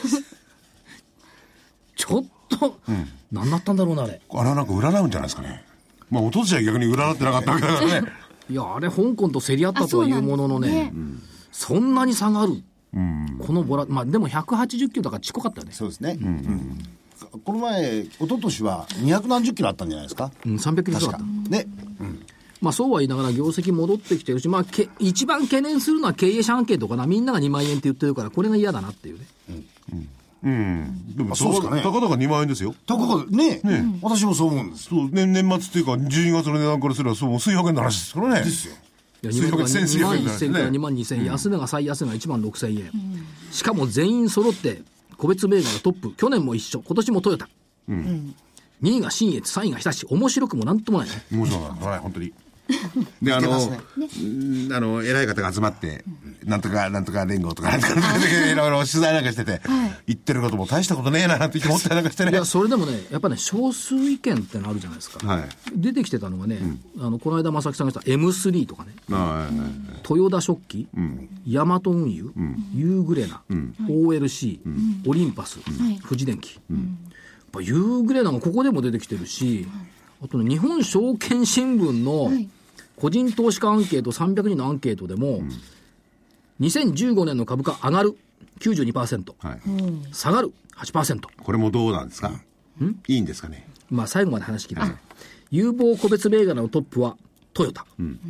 ちょっと、何だったんだろうな、あれ。 あれはなんか占うんじゃないですかね。まあ、一昨年は逆に占ってなかったわけだからね。 いや、あれ、香港と競り合ったというもののね、そんなに差がある。このまあ、でも180キロだからちっこかったよね。 そうですね。この前、一昨年は200何十キロあったんじゃないですか。 300キロだった。 ね。 まあ、そうは言いながら業績戻ってきてるし、まあ、一番懸念するのは経営者アンケートかな。みんなが2万円って言ってるから、これが嫌だなっていうね。 でもそうですかね。 たかだか2万円ですよ。 たかがね、私もそう思うんです。 そう、年末っていうか、12月の値段からすれば、そう、もう数百円の話ですからね。 ですよ。 2万1000から2万2000円、安値が最安値が1万6000円。しかも全員揃って、個別銘柄トップ、去年も一緒、今年もトヨタ。2位が信越、3位が日立。面白くもなんともないね。 面白くない、本当に。で、偉い方が集まって、なんとか連合とか、なんとか、いろいろ取材なんかしてて、言ってることも大したことねえな、なんて思ったりなんかしてね。 いや、それでもね、やっぱね、少数意見ってのあるじゃないですか。出てきてたのがね、この間、正木さんが言った M3 とかね、豊田食器、ヤマト運輸、ユーグレナ、OLC、オリンパス、富士電機。やっぱユーグレナがここでも出てきてるし、あとね、日本証券新聞の、個人投資家アンケート300人のアンケートでも、2015年の株価上がる 92%、下がる 8%。 これもどうなんですか？いいんですかね？ まあ最後まで話聞きなさい。有望個別銘柄のトップはトヨタ。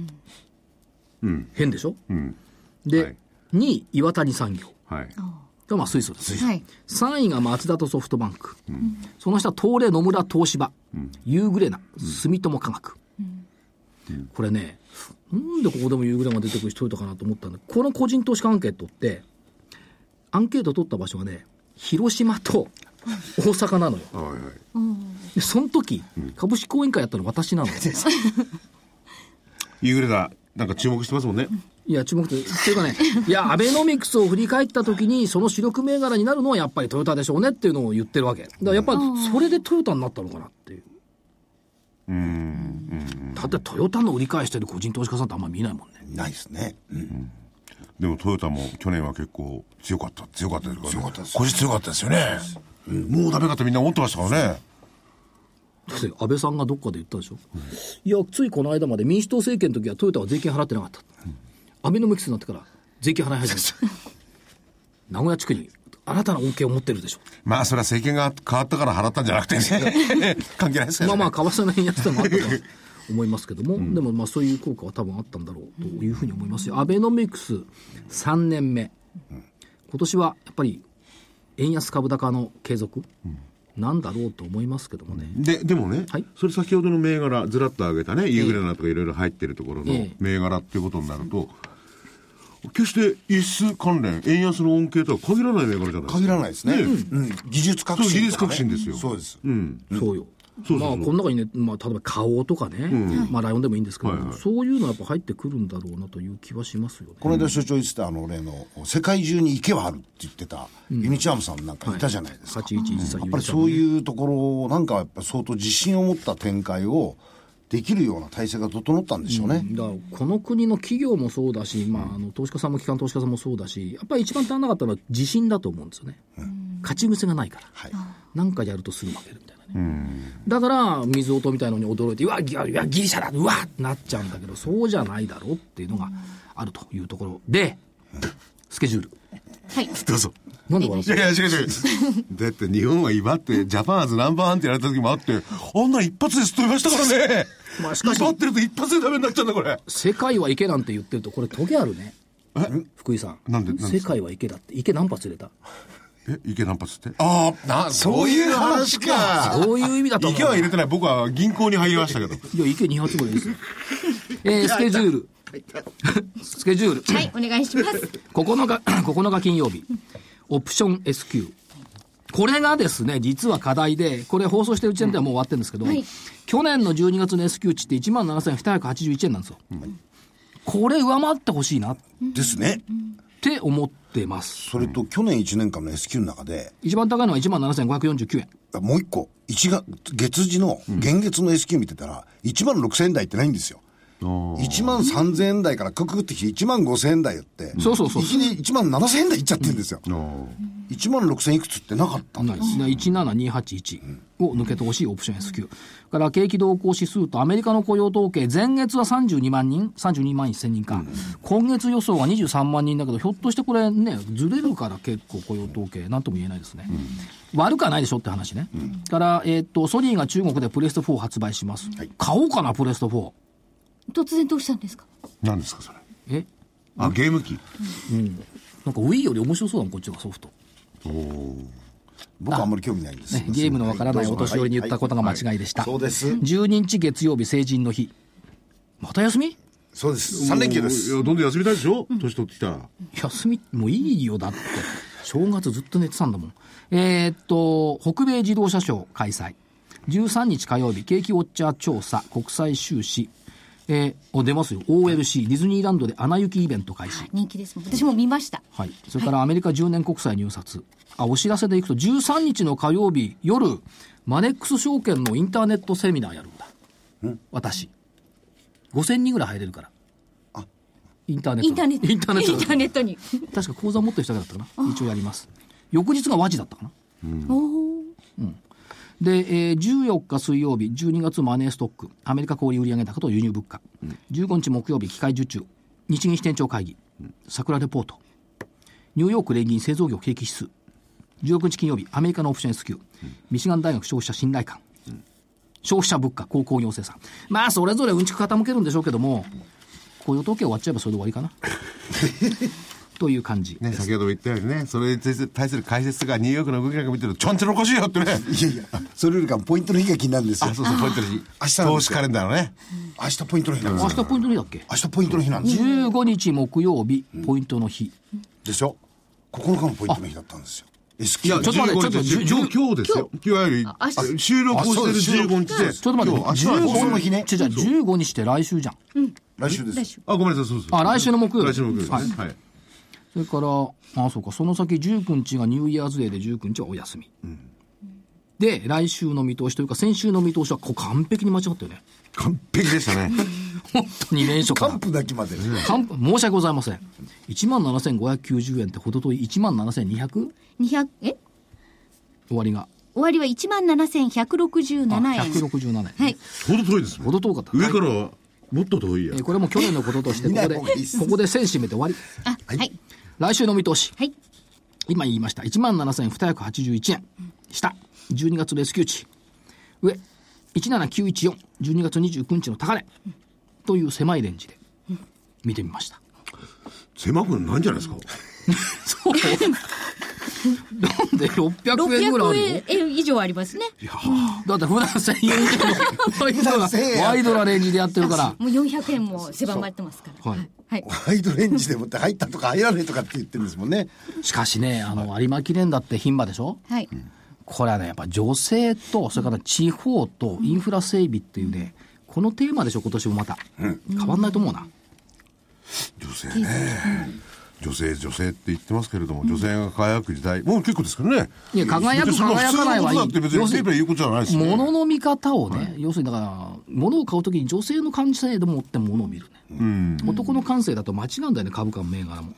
変でしょ？で、2位岩谷産業。がまあ水素です。3位がマツダとソフトバンク。その下東レ野村東芝、ユーグレナ、住友化学。これね、なんでここでもユーグレナが出てくる人いたかなと思ったんで、この個人投資家アンケートって、アンケート取った場所がね、広島と大阪なのよ。でその時、株式講演会やったの私なのよ。 ユーグレナ、なんか注目してますもんね。 いや、注目っていうかね、いや、アベノミクスを振り返った時に、その主力銘柄になるのはやっぱりトヨタでしょうねっていうのを言ってるわけ。だからやっぱりそれでトヨタになったのかなっていう。だってトヨタの売り買いしてる個人投資家さんってあんまり見ないもんね。 ないですね。 でもトヨタも去年は結構強かったですからね。 強かったです。 腰強かったですよね。もうダメかってみんな思ってましたからね。 だって安倍さんがどっかで言ったでしょ。いや、ついこの間まで民主党政権の時はトヨタは税金払ってなかった。アベノミクスになってから税金払い始めた。名古屋地区に新たな恩恵を持ってるでしょ。 まあそれは政権が変わったから払ったんじゃなくてね。関係ないですよね。 まあ為替の円安でもあったと思いますけども、でもまあそういう効果は多分あったんだろうというふうに思いますよ。アベノミクス3年目。今年はやっぱり円安株高の継続。なんだろうと思いますけどもね。 でもね、それ先ほどの銘柄ずらっと上げたね、ユーグレナとかいろいろ入ってるところの銘柄っていうことになると、決して輸出関連、円安の恩恵とは限らない銘柄じゃないですか。 限らないですね。技術革新。 技術革新ですよ。 そうです。 そうよ。まあこの中にね、まあ例えば花王とかね、まあライオンでもいいんですけど、そういうのはやっぱ入ってくるんだろうなという気はしますよね。 この間所長言ってた例の世界中に池はあるって言ってたユニチャームさんなんかいたじゃないですか。やっぱりそういうところなんかやっぱ相当自信を持った展開をできるような体制が整ったんでしょうね。 だからこの国の企業もそうだし、まあ投資家さんも機関投資家さんもそうだし、やっぱり一番足らなかったのは自信だと思うんですよね。勝ち癖がないから。なんかやるとすぐ負けるみたいな。だから水音みたいのに驚いて、うわギリシャだ、うわってなっちゃうんだけど、そうじゃないだろうっていうのがあるというところで、スケジュール。 どうぞ。 なんで笑っていや違う。だって日本は威張ってジャパンアズナンバーワンってやられた時もあって、あんな一発で飛びましたからね。まあしかし威張ってると一発でダメになっちゃうんだこれ。 世界は池なんて言ってるとこれトゲあるね。福井さん。 なんで世界は池だって。池何発入れた？ 池何発って？ そういう話か。 そういう意味だと思う。 池は入れてない。僕は銀行に入りましたけど。 いや、池2発ぐらいですよ。スケジュール。スケジュール。 はい、お願いします。 9日金曜日。オプション S q。 これがですね、実は課題で、これ放送してる時点ではもう終わってるんですけど、去年の12月の S q 値って 17,281 円なんですよ。これ上回ってほしいな。 ですね。 って思ってます。 それと去年1年間の S q の中で、 一番高いのは 17,549 円。 もう一個、月次の、現月の S q 見てたら、16,000円台ってないんですよ。13,000円台からククってきて15,000円台やって、 そうそうそう。 いきなり17,000円台いっちゃってるんですよ。16,000いくつってなかったんです。 17281を抜けてほしいオプション S q。から景気動向指数とアメリカの雇用統計、前月は32万人、32万1000人か。今月予想は23万人だけど、ひょっとしてこれね、ずれるから結構雇用統計、なんとも言えないですね。悪くはないでしょって話ね。から、ソニーが中国でプレステ4を発売します。買おうかな、プレステ4。 突然どうしたんですか？ 何ですかそれ？ ゲーム機。 なんか Wii より面白そうだもん、こっちがソフト。 僕はあんまり興味ないんです、 ね、ゲームのわからないお年寄りに言ったことが間違いでした。 そうです。 12日月曜日成人の日。また休み？ そうです。3連休です。 いや、どんどん休みたいでしょ、年取ってきたら。 休みもういいよ、だって正月ずっと寝てたんだもん。北米自動車ショー開催。13日火曜日景気ウォッチャー調査国際収支出ますよ。 OLC ディズニーランドでアナ雪イベント開始。 人気ですもん。私も見ました。 はい。それからアメリカ10年国債入札。お知らせでいくと13日の火曜日夜マネックス証券のインターネットセミナーやるんだ。私5000人ぐらい入れるから。インターネットに確か口座持ってる人だったかな。一応やります。翌日が和紙だったかな。で、14日水曜日12月マネーストックアメリカ小売売上高と輸入物価、15日木曜日機械受注日銀支店長会議桜レポートニューヨーク連銀製造業景気指数16日金曜日アメリカのオプション S q ミシガン大学消費者信頼感消費者物価鉱工業生産まあそれぞれうんちく傾けるんでしょうけども雇用統計終わっちゃえばそれで終わりかなという感じね、先ほども言ったようにね、それに対する解説がニューヨークの動きなんか見てるとちょんちょんおかしいよってね。 いやいや、それよりかポイントの日が気になるんですよ。 そうそう、ポイントの日。 明日投資カレンダーのね。 明日ポイントの日なんですよ。 明日ポイントの日だっけ？ 明日ポイントの日なんですよ。 15日木曜日ポイントの日、 でしょ。9日のポイントの日だったんですよ。 いや、ちょっと待って、今日ですよ。今日より収録をしてる15日で。 ちょっと待って、 15の日ね。 じゃあ15日って来週じゃん。 来週です。 ごめんなさい、そうです。 来週の木曜日。 来週の木曜日。はい。 それから、そうか、その先19日がニューイヤーズデーで19日はお休み。で、来週の見通しというか、先週の見通しは完璧に間違ったよね。 完璧でしたね。 本当に年初から。 完封だけまで。 申し訳ございません。17,590円ってほど遠い17,200？ 200、 終わりが。 終わりは17,167円。 167円。 はい。 ほど遠いですもん。 ほど遠かった。 上からはもっと遠いや。 これも去年のこととして、ここで線締めて終わり。 はい。 来週の見通し。 はい。 今言いました。17,281円。下。12月レスキュー値。上。17914。12月29日の高値。という狭いレンジで見てみました。 狭くないんじゃないですか？ そうなんで600円ぐらいあるよ。 600円以上ありますね。 いやだって普段1000円以上のワイドなレンジでやってるから。 もう400円も狭まってますから。 はい。ワイドレンジでもって入ったとか入らないとかって言ってるんですもんね。 しかしね、有馬記念だって牝馬でしょ？ はい。 これはね、やっぱ女性と、それから地方とインフラ整備っていうね、このテーマでしょ、今年もまた。変わんないと思うな。 女性ね。女性って言ってますけれども、女性が輝く時代、もう結構ですからね。 いや、輝く輝かないはいい。 要するに言うことじゃないですね。 物の見方をね、要するにだから、物を買うときに女性の感性でもって物を見るね。男の感性だと間違うんだよね、株価も銘柄も。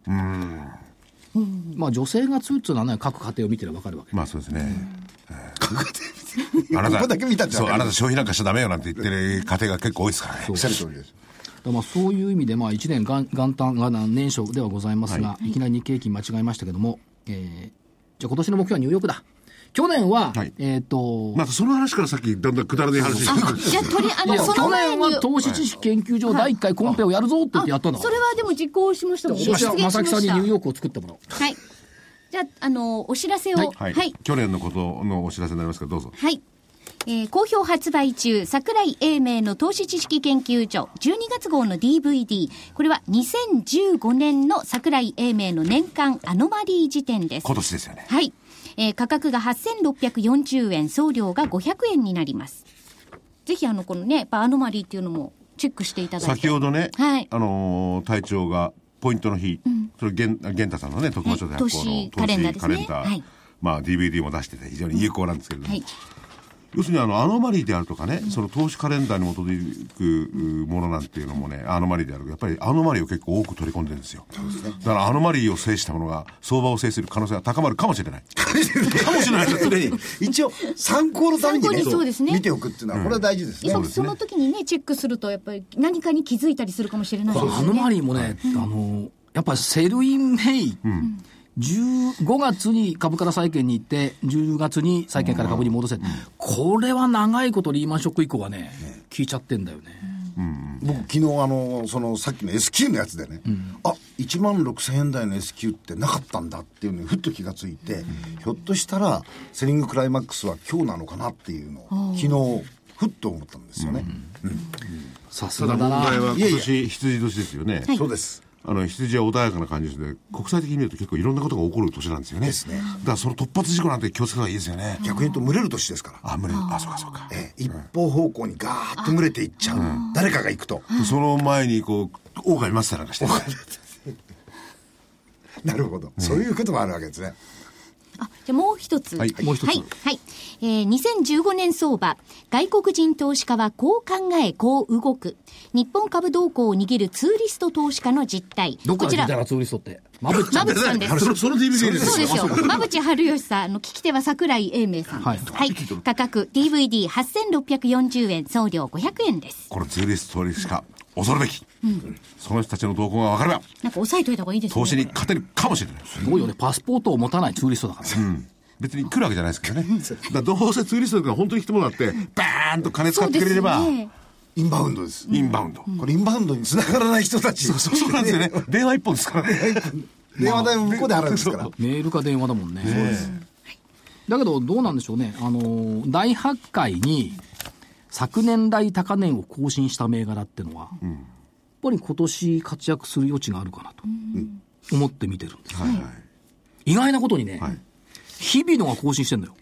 まあ女性が強いっていうのはね、各家庭を見てれば分かるわけ。 まあそうですね。 あなただけ見たってそう、あなた消費なんかしちゃダメよなんて言ってる家庭が結構多いですからね。 おっしゃる通りです。 まあそういう意味で、まあ1年元旦が年初ではございますが、いきなり日経平均間違えましたけども、じゃあ今年の目標はニューヨークだ。去年は、 またその話からさっきだんだんくだらない話になってじゃあ去年は投資知識研究所第1回コンペをやるぞって言ってやったんだから。 それはでも実行しましたもんね。 今年は正木さんにニューヨークを作ってもらおう。 はい。じゃあ、お知らせを。 はい。去年のことのお知らせになりますからどうぞ。 はい。好評発売中、桜井英明の投資知識研究所12月号の DVD。これは2015年の桜井英明の年間アノマリー辞典です。 今年ですよね。 はい。 価格が8640円、送料が500円になります。ぜひこのね、やっぱアノマリーっていうのもチェックしていただいて。 先ほどね、 はい、 隊長がポイントの日、それ源太さんのね、徳間書で発行の投資カレンダーですね。 はい、まあ DVD も出してて非常に有効なんですけれども、要するにアノマリーであるとかね、その投資カレンダーに基づくものなんていうのもね、アノマリーであるやっぱりアノマリーを結構多く取り込んでるんですよ。だからアノマリーを制したものが相場を制する可能性が高まるかもしれない。かもしれないですね。 一応参考のためにね、 そうですね、 見ておくっていうのはこれは大事ですね。 今その時にねチェックするとやっぱり何かに気づいたりするかもしれないですね。 アノマリーもね、やっぱりセルインメイ、5月に株から債券に行って10月に債券から株に戻せ、これは長いことリーマンショック以降はね効いちゃってんだよね。 僕昨日そのさっきの S q のやつでね、1万6000円台の S q ってなかったんだっていうのにふっと気がついて、ひょっとしたらセリングクライマックスは今日なのかなっていうのを昨日ふっと思ったんですよね。 さすがだな。 問題は今年羊年ですよね。 そうです。 羊は穏やかな感じで国際的に見ると結構いろんなことが起こる年なんですよね。 ですね。 だからその突発事故なんて気をつけた方がいいですよね。 逆に言うと群れる年ですから。 群れる。そうかそうか。 一方方向にガーッと群れていっちゃう。誰かが行くと。 その前にこう狼マスターなんかしてなるほど、そういうこともあるわけですね。 じゃあもう一つ。 もう一つ。 2015年相場、外国人投資家はこう考え、こう動く。日本株動向を握るツーリスト投資家の実態。 どこから聞いたらツーリストって。馬淵さんです。 その DVD です。 そうですよ。馬淵春吉さん、聞き手は桜井英明さんです。はい。価格、DVD8640 円、送料500円です。 これツーリスト投資家、恐るべき。その人たちの動向が分かれば、 なんか押さえといた方がいいですね。 投資に勝てるかもしれない。 すごいよね。パスポートを持たないツーリストだからね。 別に来るわけじゃないですけどね。だからどうせツーリストが本当に来てもらってバーンと金使ってくれれば、 インバウンドです。 インバウンド。 これインバウンドに繋がらない人たち。 そうなんですよね。電話一本ですからね。 電話代も向こうで払うんですから。 メールか電話だもんね。そうです。だけどどうなんでしょうね。大発会に昨年来高値を更新した銘柄っていうのは、やっぱり今年活躍する余地があるかなと思って見てるんです。意外なことにね、日々のが更新してんだよ。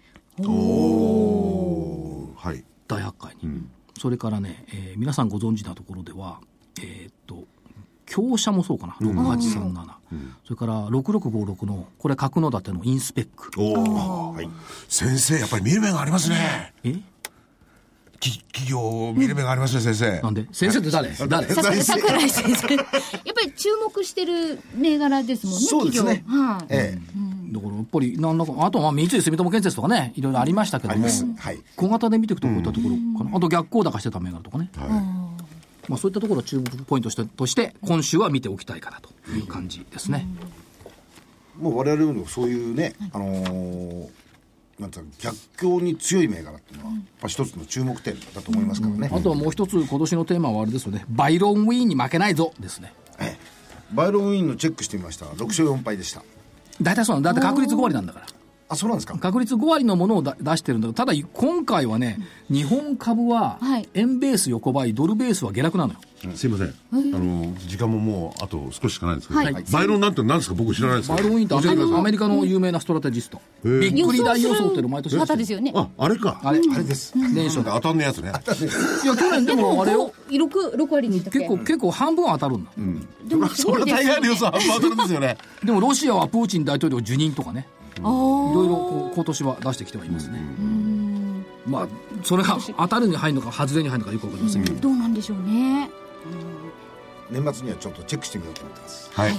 はい。 大発会に。それからね、皆さんご存知なところでは、強者もそうかな。6837。それから6656の、これ角館のインスペック。 先生、やっぱり見る目がありますね。企業を見る目がありますね、先生。 なんで先生って誰桜井先生。やっぱり注目してる銘柄ですもんね、 そうですね。 だからやっぱり何らか、あとは三井住友建設とかね、いろいろありましたけども、小型で見ていくとこういったところかな。あと逆行高してた銘柄とかね。そういったところを注目ポイントとして今週は見ておきたいかなという感じですね。 もう我々のそういうね、なんていうか逆境に強い銘柄っていうのはやっぱ一つの注目点だと思いますからね。 あとはもう一つ今年のテーマはあれですよね。バイロンウィーンに負けないぞですね。 バイロンウィーンのチェックしてみました。6勝4敗でした。 大体そうなんだ。だって確率5割なんだから。 あ、そうなんですか。 確率5割のものを出してるんだけど、ただ今回はね、日本株は円ベース横ばい、ドルベースは下落なのよ。 すいません。時間ももうあと少ししかないんですけど、バイロンなんて何ですか？僕知らないですか？ バイロンウィーンってアメリカの有名なストラテジスト。びっくり大予想っていうの毎年方ですよね。 あれか。 あれです。 年初で当たんねやつね。 いや、去年でもあれよ。 6割にいったっけ？ 結構半分は当たるんだ。 でもそれ大概の予想半分当たるんですよね。 でもロシアはプーチン大統領辞任とかね。いろいろ今年は出してきてはいますね。それが当たるに入るのか外れに入るのかよくわかりませんけど、 どうなんでしょうね。 年末にはちょっとチェックしてみようと思ってます。 はい、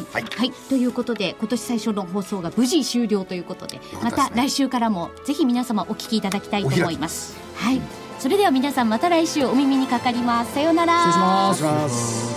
ということで今年最初の放送が無事終了ということで、また来週からもぜひ皆様お聞きいただきたいと思います。はい、それでは皆さんまた来週お耳にかかります。さようなら。 失礼します。